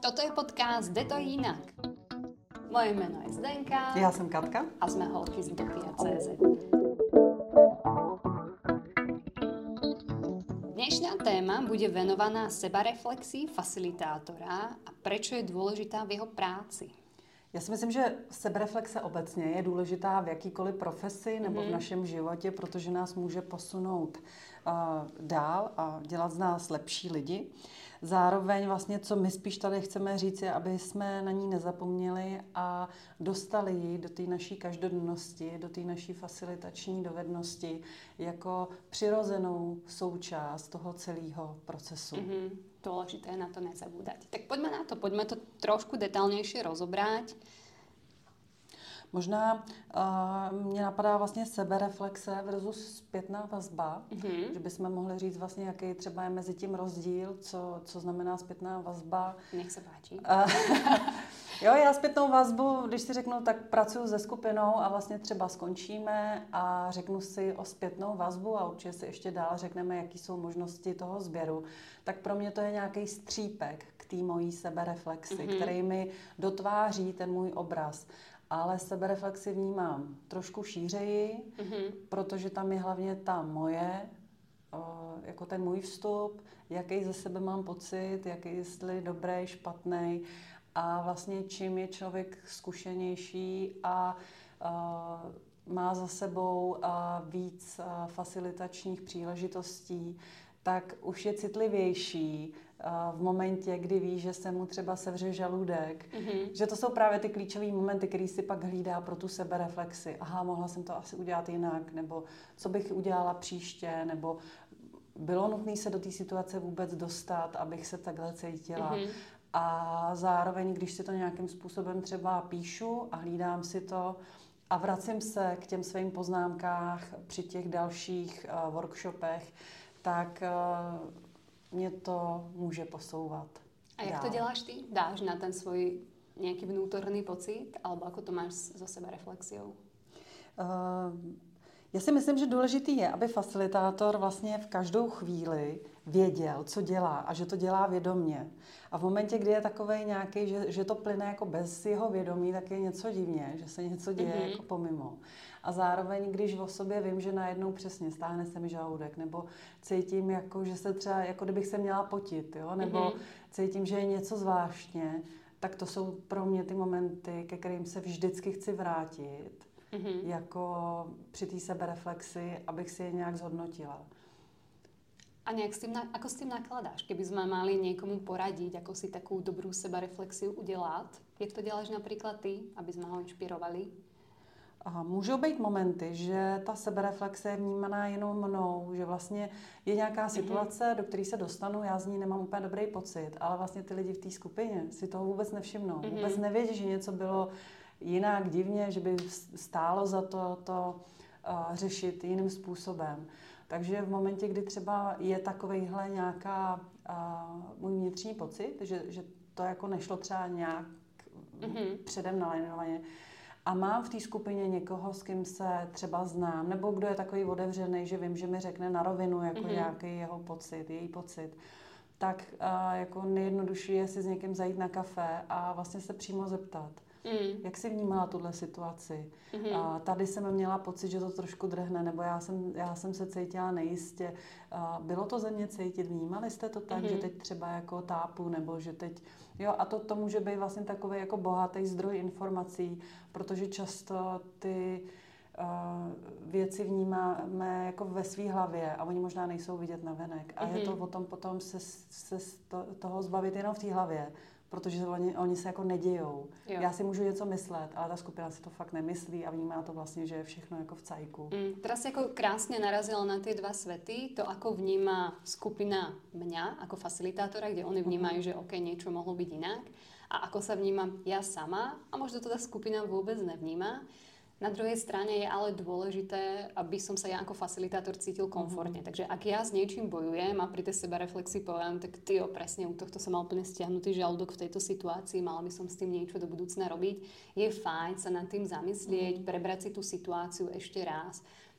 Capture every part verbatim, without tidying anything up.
Toto je podcast Jde to jinak. Moje jméno je Zdenka. Já jsem Katka. A jsme holky z Dopia tečka cé zet. Dnešná téma bude venovaná sebareflexii facilitátora a prečo je důležitá v jeho práci. Já si myslím, že sebereflexe obecně je důležitá v jakýkoliv profesi nebo mm-hmm. v našem životě, protože nás může posunout uh, dál a dělat z nás lepší lidi. Zároveň vlastně, co my spíš tady chceme říct, je, aby jsme na ní nezapomněli a dostali ji do té naší každodennosti, do té naší facilitační dovednosti jako přirozenou součást toho celého procesu. Mm-hmm. Dôležité je na to nezabúdať. Tak poďme na to, poďme to trošku detailnejšie rozobrať. Možná uh, mě napadá vlastně sebereflexe versus zpětná vazba, mm-hmm. že bychom mohli říct vlastně, jaký třeba je mezi tím rozdíl, co, co znamená zpětná vazba. Nech se páči. Jo, já zpětnou vazbu, když si řeknu, tak pracuji se skupinou a vlastně třeba skončíme a řeknu si o zpětnou vazbu a určitě si ještě dál řekneme, jaký jsou možnosti toho sběru. Tak pro mě to je nějaký střípek k té mojí sebereflexi, mm-hmm. který mi dotváří ten můj obraz. Ale sebereflexi vnímám trošku šířeji, mm-hmm. protože tam je hlavně ta moje, jako ten můj vstup, jaký ze sebe mám pocit, jaký jestli dobrý, špatný. A vlastně čím je člověk zkušenější a uh, má za sebou uh, víc uh, facilitačních příležitostí, tak už je citlivější uh, v momentě, kdy ví, že se mu třeba sevře žaludek. Mm-hmm. Že to jsou právě ty klíčové momenty, který si pak hlídá pro tu sebereflexi. Aha, mohla jsem to asi udělat jinak, nebo co bych udělala příště, nebo bylo nutné se do té situace vůbec dostat, abych se takhle cítila. Mm-hmm. A zároveň, když si to nějakým způsobem třeba píšu a hlídám si to a vracím se k těm svým poznámkách při těch dalších uh, workshopech, tak uh, mě to může posouvat. A jak dál. to děláš ty? Dáš na ten svůj nějaký vnútorný pocit? Alebo ako to máš so sebereflexiou? Uh, Já si myslím, že důležitý je, aby facilitátor vlastně v každou chvíli věděl, co dělá a že to dělá vědomně. A v momentě, kdy je takovej nějaký, že, že to plyne jako bez jeho vědomí, tak je něco divně, že se něco děje mm-hmm. jako pomimo. A zároveň, když o sobě vím, že najednou přesně stáhne se mi žaludek, nebo cítím, jako, že se třeba, jako kdybych se měla potit, jo? Nebo mm-hmm. cítím, že je něco zvláštně, tak to jsou pro mě ty momenty, ke kterým se vždycky chci vrátit. Mm-hmm. Jako při té sebereflexi, abych si je nějak zhodnotila. A nejak s tým, ako s tým nakladáš? Keby sme mali niekomu poradiť, ako si takú dobrú sebereflexiu udělat, jak to děláš napríklad ty, aby sme ho inšpirovali? Aha, můžou být momenty, že ta sebereflexe je vnímaná jenom mnou, že vlastně je nějaká situace, mm-hmm. do které se dostanu, já z ní nemám úplně dobrý pocit, ale vlastně ty lidi v té skupině si toho vůbec nevšimnou. Mm-hmm. Vůbec nevědí, že něco bylo jinak, divně, že by stálo za to, to uh, řešit jiným způsobem. Takže v momentě, kdy třeba je takovejhle nějaká uh, můj vnitřní pocit, že, že to jako nešlo třeba nějak mm-hmm. předem nalajnovaně, a mám v té skupině někoho, s kým se třeba znám, nebo kdo je takový otevřený, že vím, že mi řekne na rovinu jako mm-hmm. nějaký jeho pocit, její pocit, tak uh, jako nejjednodušší je si s někým zajít na kafe a vlastně se přímo zeptat. Mm. Jak jsi vnímala tuhle situaci? Mm-hmm. A tady jsem měla pocit, že to trošku drhne, nebo já jsem, já jsem se cítila nejistě. A bylo to ze mě cítit? Vnímali jste to tak, mm-hmm. že teď třeba jako tápu, nebo že teď... Jo, a to, to může být vlastně takový jako bohatý zdroj informací, protože často ty uh, věci vnímáme jako ve své hlavě a oni možná nejsou vidět navenek. A mm-hmm. je to o tom potom se, se to, toho zbavit jenom v té hlavě, protože oni, oni se jako nedějou. Jo. Já si můžu něco myslet, ale ta skupina si to fakt nemyslí a vnímá to vlastně, že je všechno jako v cajku. Mm, teraz si jako krásně narazila na ty dva svety, to ako vníma skupina mňa ako facilitátora, kde oni vnímajú, že ok, niečo mohlo byť inak, a ako sa vnímam ja sama, a možno to tá skupina vôbec nevníma. Na druhej strane je ale dôležité, aby som sa ja ako facilitátor cítil komfortne. Mm-hmm. Takže ak ja s niečím bojujem a pri tej sebereflexii poviem, tak tyjo, presne u tohto som mal úplne stiahnutý žalúdok v tejto situácii, mala by som s tým niečo do budúcna robiť, je fajn sa nad tým zamyslieť, mm-hmm. prebrať si tú situáciu ešte raz.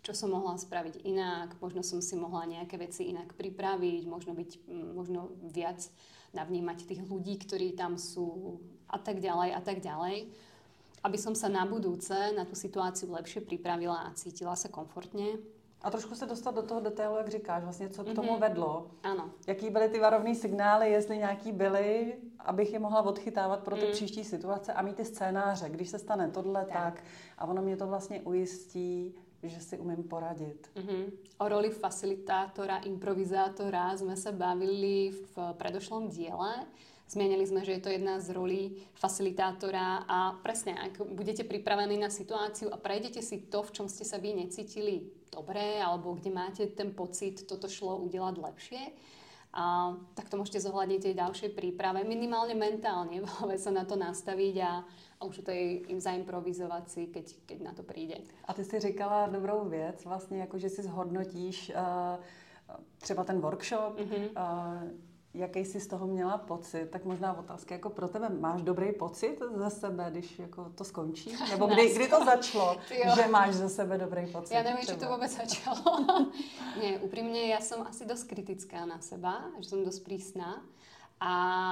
čo som mohla spraviť inak, možno som si mohla nejaké veci inak pripraviť, možno byť, možno viac navnímať tých ľudí, ktorí tam sú a tak ďalej a tak ďalej. Aby som sa na budúce na tú situáciu lepšie pripravila a cítila sa komfortně. A trošku se dostat do toho detailu, jak říkáš, vlastně co k tomu mm-hmm. vedlo. Ano. Jaký byly ty varovné signály, jestli nějaký byly, abych je mohla odchytávat pro ty mm. příští situace a mít ty scénáře. Když se stane tohle, tak. tak. A ono mě to vlastně ujistí, že si umím poradit. Mm-hmm. O roli facilitátora, improvizátora sme sa bavili v predošlom diele. Zmienili sme, že je to jedna z rolí facilitátora a presne, ak budete pripravení na situáciu a prejdete si to, v čom ste sa vy necítili dobre, alebo kde máte ten pocit, toto šlo udelať lepšie, a, tak to môžete zohľadniť tej ďalšej príprave, minimálne mentálne, sa na to nastaviť a, a už to je im zaimprovizovať si, keď, keď na to príde. A ty si říkala dobrou věc, vlastně jako, že si zhodnotíš uh, třeba ten workshop, mm-hmm. uh, jaký jsi z toho měla pocit, tak možná otázka jako pro tebe, máš dobrý pocit ze sebe, když jako to skončí? Nebo kdy, kdy to začalo, že máš ze sebe dobrý pocit? Ja neviem, či to vôbec začalo. Nie, úprimne, ja som asi dosť kritická na seba, že som dosť prísna a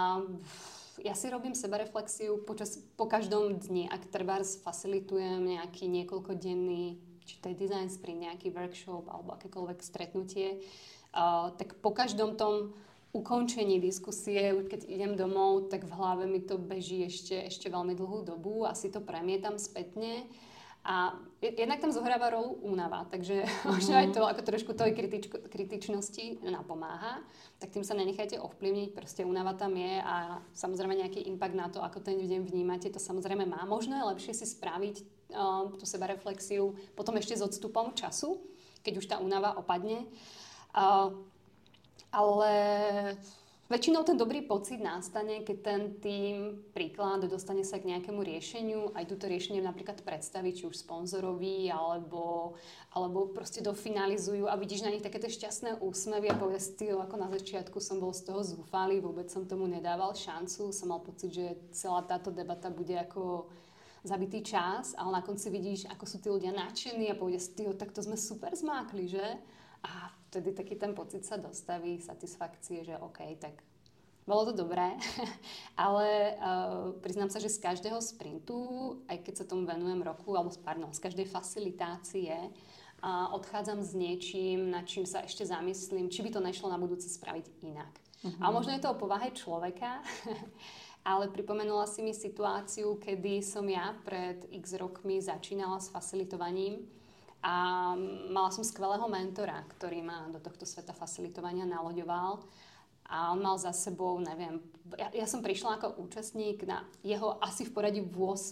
ja si robím sebareflexiu počas, po každom dni, ak trebárs facilitujem nejaký niekoľkodenný, či to je design sprint, nejaký workshop alebo akékoľvek stretnutie, uh, tak po každom tom ukončení diskusie, keď idem domov, tak v hlave mi to beží ešte, ešte veľmi dlhú dobu a si to premietam spätne. A jednak tam zohráva rolu únava, takže mm-hmm. možno aj to ako trošku tej kritičko, kritičnosti napomáha, tak tým sa nenechajte ovplyvniť, proste únava tam je a samozrejme nejaký impact na to, ako ten deň vnímate, to samozrejme má. Možno je lepšie si spraviť uh, tú sebareflexiu potom ešte s odstupom času, keď už tá únava opadne. Uh, Ale väčšinou ten dobrý pocit nastane, keď ten tým, príklad, dostane sa k nejakému riešeniu, aj túto riešenie napríklad predstaví, či už sponzorovi, alebo, alebo proste dofinalizujú a vidíš na nich také tie šťastné úsmevy a povieš, ty, ako na začiatku som bol z toho zúfalý, vôbec som tomu nedával šancu, som mal pocit, že celá táto debata bude ako zabitý čas, ale na konci vidíš, ako sú tí ľudia nadšení a povieš, ty, tak to sme super zmákli, že? A vtedy taký ten pocit sa dostaví, satisfakcie, že OK, tak bolo to dobré, ale uh, priznám sa, že z každého sprintu, aj keď sa tomu venujem roku, alebo pardon, z každej facilitácie uh, odchádzam s niečím, nad čím sa ešte zamyslím, či by to nešlo na budúce spraviť inak. Uh-huh. A možno je to o povahe človeka, ale pripomenula si mi situáciu, kedy som ja pred x rokmi začínala s facilitovaním. A mala som skvelého mentora, ktorý ma do tohto sveta facilitovania naloďoval. A on mal za sebou, neviem, ja, ja som prišla ako účastník na jeho asi v poradí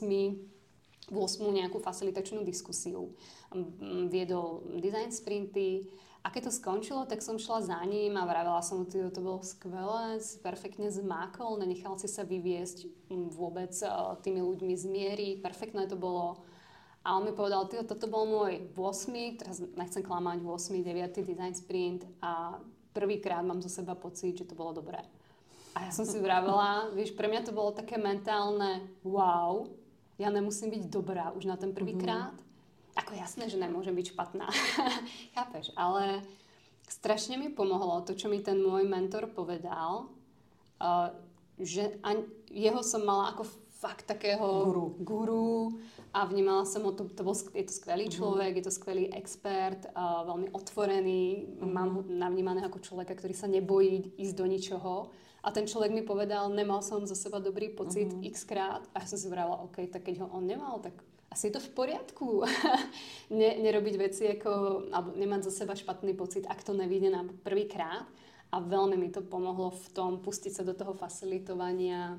ôsmu nejakú facilitačnú diskusiu. Viedol design sprinty a keď to skončilo, tak som šla za ním a vravela som mu, to bolo skvelé, perfektne zmákol, nenechal si sa vyviesť vôbec tými ľuďmi z miery, perfektné to bolo. A on mi povedal, tyjo, toto bol môj ôsmy, teraz nechcem klamať, ôsmy, deviaty design sprint a prvýkrát mám zo seba pocit, že to bolo dobré. A ja som si vravela, vieš, pre mňa to bolo také mentálne wow, ja nemusím byť dobrá už na ten prvýkrát. Mm-hmm. Ako jasné, že nemôžem byť špatná. Chápeš? Ale strašne mi pomohlo to, čo mi ten môj mentor povedal, uh, že ani, jeho som mala ako fakt takého guru. guru a vnímala som ho, to, to bol, je to skvelý človek, uh-huh. je to skvelý expert, uh, veľmi otvorený, uh-huh. mám ho navnímaného ako človeka, ktorý sa nebojí ísť do ničoho a ten človek mi povedal, nemal som zo seba dobrý pocit uh-huh. x krát a ja som si vrala, OK, tak keď ho on nemal, tak asi je to v poriadku. ne, nerobiť veci ako, alebo nemať zo seba špatný pocit, ak to nevíde na prvýkrát a veľmi mi to pomohlo v tom pustiť sa do toho facilitovania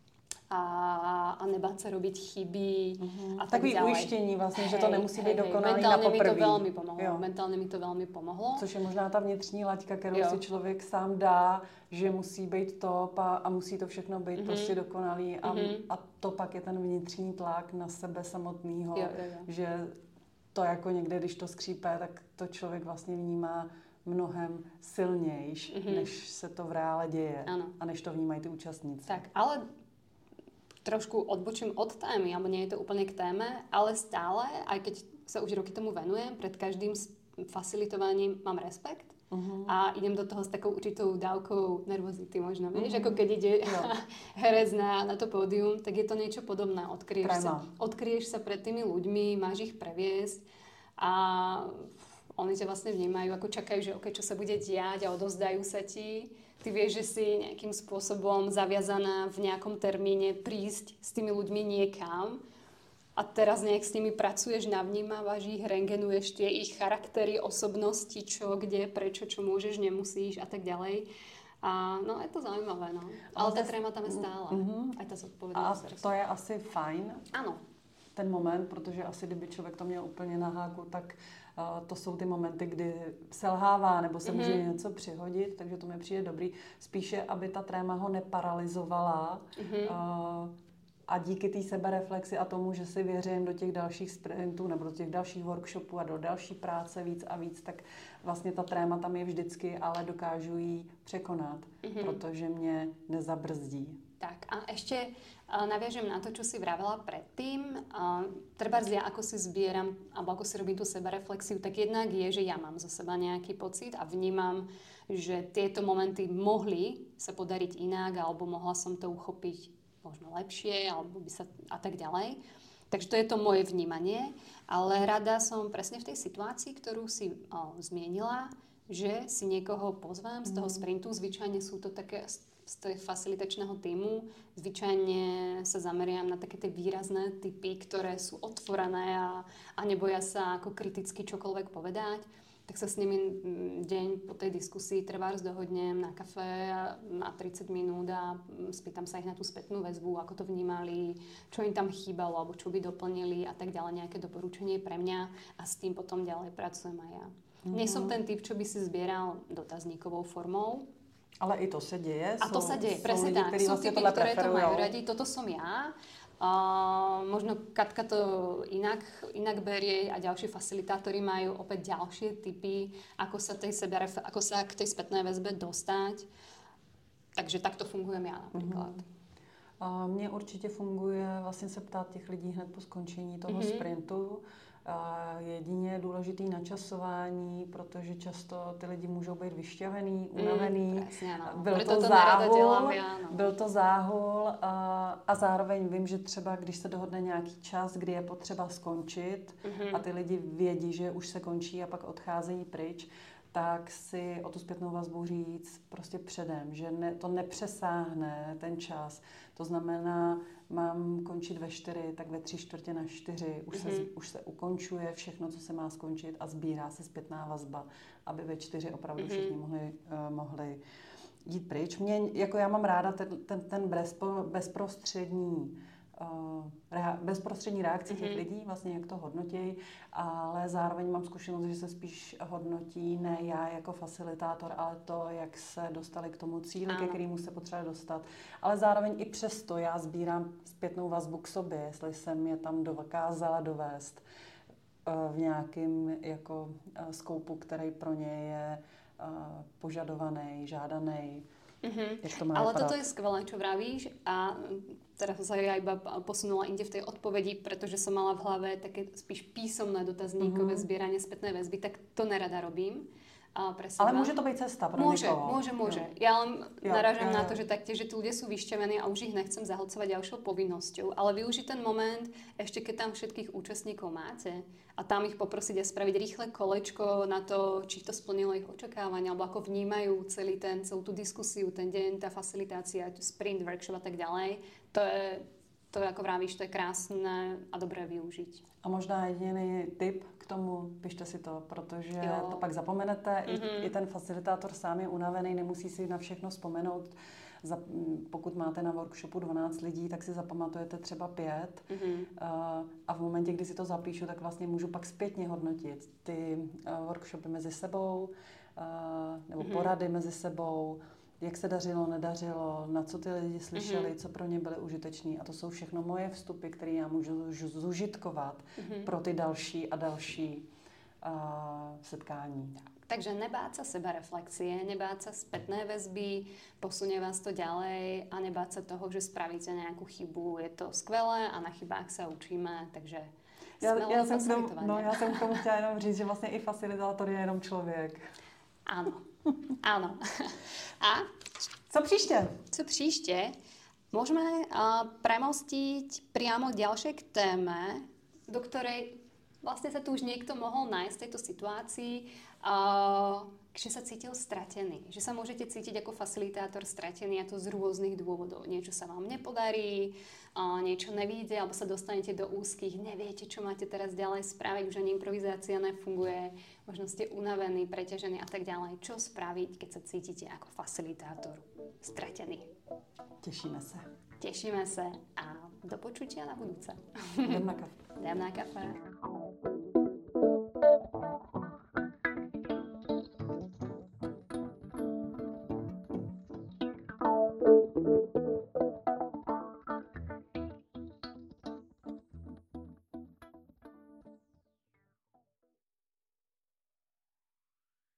a, a nebát sa robiť chyby uh-huh. a tak Takový ďalej. ujištění vlastně, hej, že to nemusí být dokonalý mentálně na poprví. Mi to velmi pomohlo. Jo. Mentálně mi to velmi pomohlo. Což je možná ta vnitřní laťka, kterou jo. si člověk sám dá, že musí být top a, a musí to všechno být uh-huh. prostě dokonalý a, uh-huh. a to pak je ten vnitřní tlak na sebe samotného, jo, jo, jo. že to jako někde, když to skřípe, tak to člověk vlastně vnímá mnohem silnějš, uh-huh. než se to v reále děje ano. a než to vnímají ty účastníci. Tak, ale trošku odbočím od témy, alebo nie je to úplne k téme, ale stále, aj keď sa už roky tomu venujem, pred každým facilitovaním mám rešpekt. Uh-huh. A idem do toho s takou určitou dávkou nervozity možno, vieš, uh-huh. ako keď ide no. herec na, na to pódium, tak je to niečo podobné. Odkryješ sa, odkryješ sa pred tými ľuďmi, máš ich previesť a oni ťa vlastne vnímajú, ako čakajú, že okay, čo sa bude diať a odovzdajú sa ti. Ty vieš, že si nejakým spôsobom zaviazaná v nejakom termíne prísť s tými ľuďmi niekam a teraz nejak s nimi pracuješ, navnímavaš ich, rengenuješ tie ich charaktery, osobnosti, čo, kde, prečo, čo môžeš, nemusíš a tak ďalej. A no, je to zaujímavé, no. Ale, Ale tá tréma tam je stále. Mm-hmm. Aj tá zodpovednosť. A to je asi fajn. Áno. Ten moment, protože asi kdyby člověk to měl úplně na háku, tak uh, to jsou ty momenty, kdy selhává nebo se mm-hmm. může něco přihodit, takže to mi přijde dobrý. Spíše, aby ta tréma ho neparalizovala mm-hmm. uh, a díky té sebereflexi a tomu, že si věřím do těch dalších sprintů nebo do těch dalších workshopů a do další práce víc a víc, tak vlastně ta tréma tam je vždycky, ale dokážu ji překonat, mm-hmm. protože mě nezabrzdí. Tak a ešte uh, naviažem na to, čo si vravela predtým. Uh, trebárs ja, ako si zbieram, alebo ako si robím tú sebareflexiu, tak jednak je, že ja mám zo seba nejaký pocit a vnímam, že tieto momenty mohli sa podariť inak, alebo mohla som to uchopiť možno lepšie, alebo by sa a tak ďalej. Takže to je to moje vnímanie, ale rada som presne v tej situácii, ktorú si uh, zmienila, že si niekoho pozvám z toho sprintu, zvyčajne sú to také z toho facilitačného týmu. Zvyčajne sa zameriam na také tie výrazné typy, ktoré sú otvorené a, a neboja sa ako kriticky čokoľvek povedať. Tak sa s nimi deň po tej diskusii trebárs dohodnem na kafe na tridsať minút a spýtam sa ich na tú spätnú väzbu, ako to vnímali, čo im tam chýbalo alebo čo by doplnili a tak ďalej, nejaké doporučenie pre mňa a s tým potom ďalej pracujem aj ja. Mm-hmm. Nie som ten typ, čo by si zbieral dotazníkovou formou. Ale i to se děje. A to sa deje, presne tak. Sú vlastně typy, ktoré to majú radi. Toto som ja. Uh, možno Katka to inak, inak berie a ďalší facilitátori majú opäť ďalšie typy, ako sa, tej sebe, ako sa k tej spätnej väzbe dostať. Takže takto fungujem ja napríklad. Mm-hmm. Uh, mně určitě funguje vlastně se ptát těch lidí hned po skončení toho mm-hmm. sprintu. A jedině důležitý načasování, protože často ty lidi můžou být vyšťavený, unavený. Mm, presne, no. Byl Preto to to záhul, dělám, já, no. byl to záhul a, a zároveň vím, že třeba když se dohodne nějaký čas, kdy je potřeba skončit mm-hmm. a ty lidi vědí, že už se končí a pak odcházejí pryč, tak si o tu zpětnou vazbu říct prostě předem, že ne, to nepřesáhne ten čas. To znamená, mám končit ve čtyři, tak ve tři čtvrtě na čtyři už, mm-hmm. se, už se ukončuje všechno, co se má skončit a sbírá se zpětná vazba, aby ve čtyři opravdu mm-hmm. všichni mohli, uh, mohli jít pryč. Mě, jako já mám ráda ten, ten, ten bezpo, bezprostřední uh, bezprostřední reakci těch mm-hmm. lidí, vlastně jak to hodnotí, ale zároveň mám zkušenost, že se spíš hodnotí ne já jako facilitátor, ale to, jak se dostali k tomu cíli, ke kterému se potřeba dostat. Ale zároveň i přesto já sbírám zpětnou vazbu k sobě, jestli jsem je tam dokázala dovést uh, v nějakém jako uh, skoupu, který pro ně je uh, požadovaný, žádaný. Mm-hmm. Ale toto je skvelé, čo vravíš a teraz sa ja iba posunula inde v tej odpovedi, pretože som mala v hlave také spíš písomné dotazníkové mm-hmm. zbieranie spätnej väzby, tak to nerada robím. A pre seba. Ale môže to byť cesta pre môže, niekoho. Môže, môže. Jo. Ja len jo, narážam jo, jo. na to, že taktiež, že tí ľudia sú vyšťavení a už ich nechcem zahlcovať ďalšou povinnosťou, ale využiť ten moment, ešte keď tam všetkých účastníkov máte a tam ich poprosiť a spraviť rýchle kolečko na to, či to splnilo ich očakávania, alebo ako vnímajú celý ten, celú tú diskusiu, ten deň, tá facilitácia, sprint, workshop a tak ďalej. To je, to je, ako vravíš, to je krásne a dobré využiť. A možná jediný tip k tomu, pište si to, protože jo. to pak zapomenete. Mm-hmm. I, I ten facilitátor sám je unavený, nemusí si na všechno vzpomenout. Za, pokud máte na workshopu dvanáct lidí, tak si zapamatujete třeba pět. Mm-hmm. Uh, a v momentě, kdy si to zapíšu, tak vlastně můžu pak zpětně hodnotit ty uh, workshopy mezi sebou, uh, nebo mm-hmm. porady mezi sebou, jak se dařilo, nedařilo, na co ty lidi slyšeli, mm-hmm. co pro ně byly užiteční. A to jsou všechno moje vstupy, které já můžu zužitkovat mm-hmm. pro ty další a další uh, setkání. Takže nebáť sa sebareflexie, nebáť sa spätné väzby, posunie vás to ďalej a nebáť sa toho, že spravíte nejakú chybu. Je to skvelé a na chybách sa učíme, takže... Já, já, jsem k tomu, no, já jsem k tomu chtěla jenom říct, že vlastně i facilitátor je jenom člověk. Áno, áno. A? Co příště? Co příště? Môžeme uh, premostiť priamo k ďalšej k téme, do ktorej vlastne sa tu už niekto mohol nájsť v tejto situácii, uh, že sa cítil stratený. Že sa môžete cítiť ako facilitátor stratený, a to z rôznych dôvodov. Niečo sa vám nepodarí, uh, niečo nevíde, alebo sa dostanete do úzkých, neviete, čo máte teraz ďalej spraviť, už ani improvizácia nefunguje, možno ste unavení, preťažení a tak ďalej. Čo spraviť, keď sa cítite ako facilitátor stratený? Těšíme se. Těšíme se a do počutia na budúce. Jdem na kafe. Jdem na kafe.